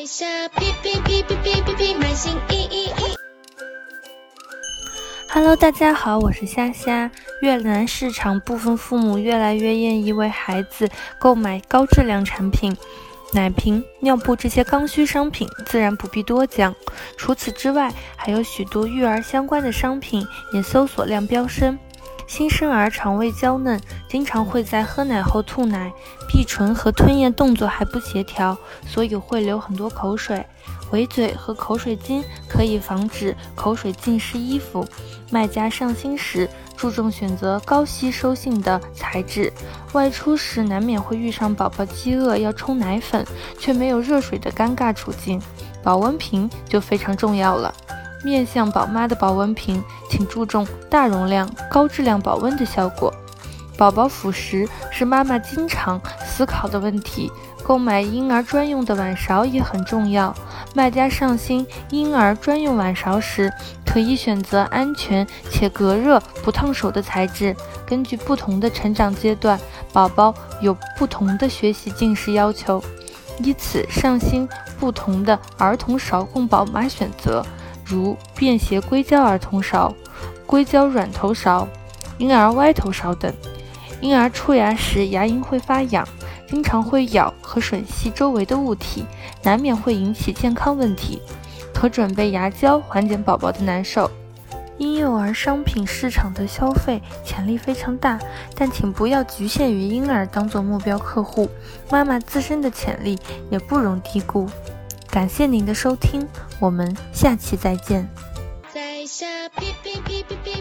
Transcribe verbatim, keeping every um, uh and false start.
下哔哔哔哔哔哔哔，满心意意意。 Hello， 大家好，我是虾虾。越南市场部分父母越来越愿意为孩子购买高质量产品，奶瓶、尿布这些刚需商品自然不必多讲。除此之外，还有许多育儿相关的商品也搜索量飙升。新生儿肠胃娇嫩，经常会在喝奶后吐奶，闭唇和吞咽动作还不协调，所以会流很多口水。围嘴和口水巾可以防止口水浸湿衣服。卖家上新时注重选择高吸收性的材质，外出时难免会遇上宝宝饥饿要冲奶粉却没有热水的尴尬处境，保温瓶就非常重要了。面向宝妈的保温瓶，请注重大容量、高质量保温的效果。宝宝辅食是妈妈经常思考的问题，购买婴儿专用的碗勺也很重要。卖家上新婴儿专用碗勺时，可以选择安全且隔热、不烫手的材质。根据不同的成长阶段，宝宝有不同的学习进食要求，因此上新不同的儿童勺供宝妈选择，如便携硅胶儿童勺、硅胶软头勺、婴儿歪头勺等。婴儿出牙时牙龈会发痒，经常会咬和吮吸周围的物体，难免会引起健康问题，可准备牙胶缓解宝宝的难受。婴幼儿商品市场的消费潜力非常大，但请不要局限于婴儿当做目标客户，妈妈自身的潜力也不容低估。感谢您的收听，我们下期再见。 在下哔哔哔哔哔。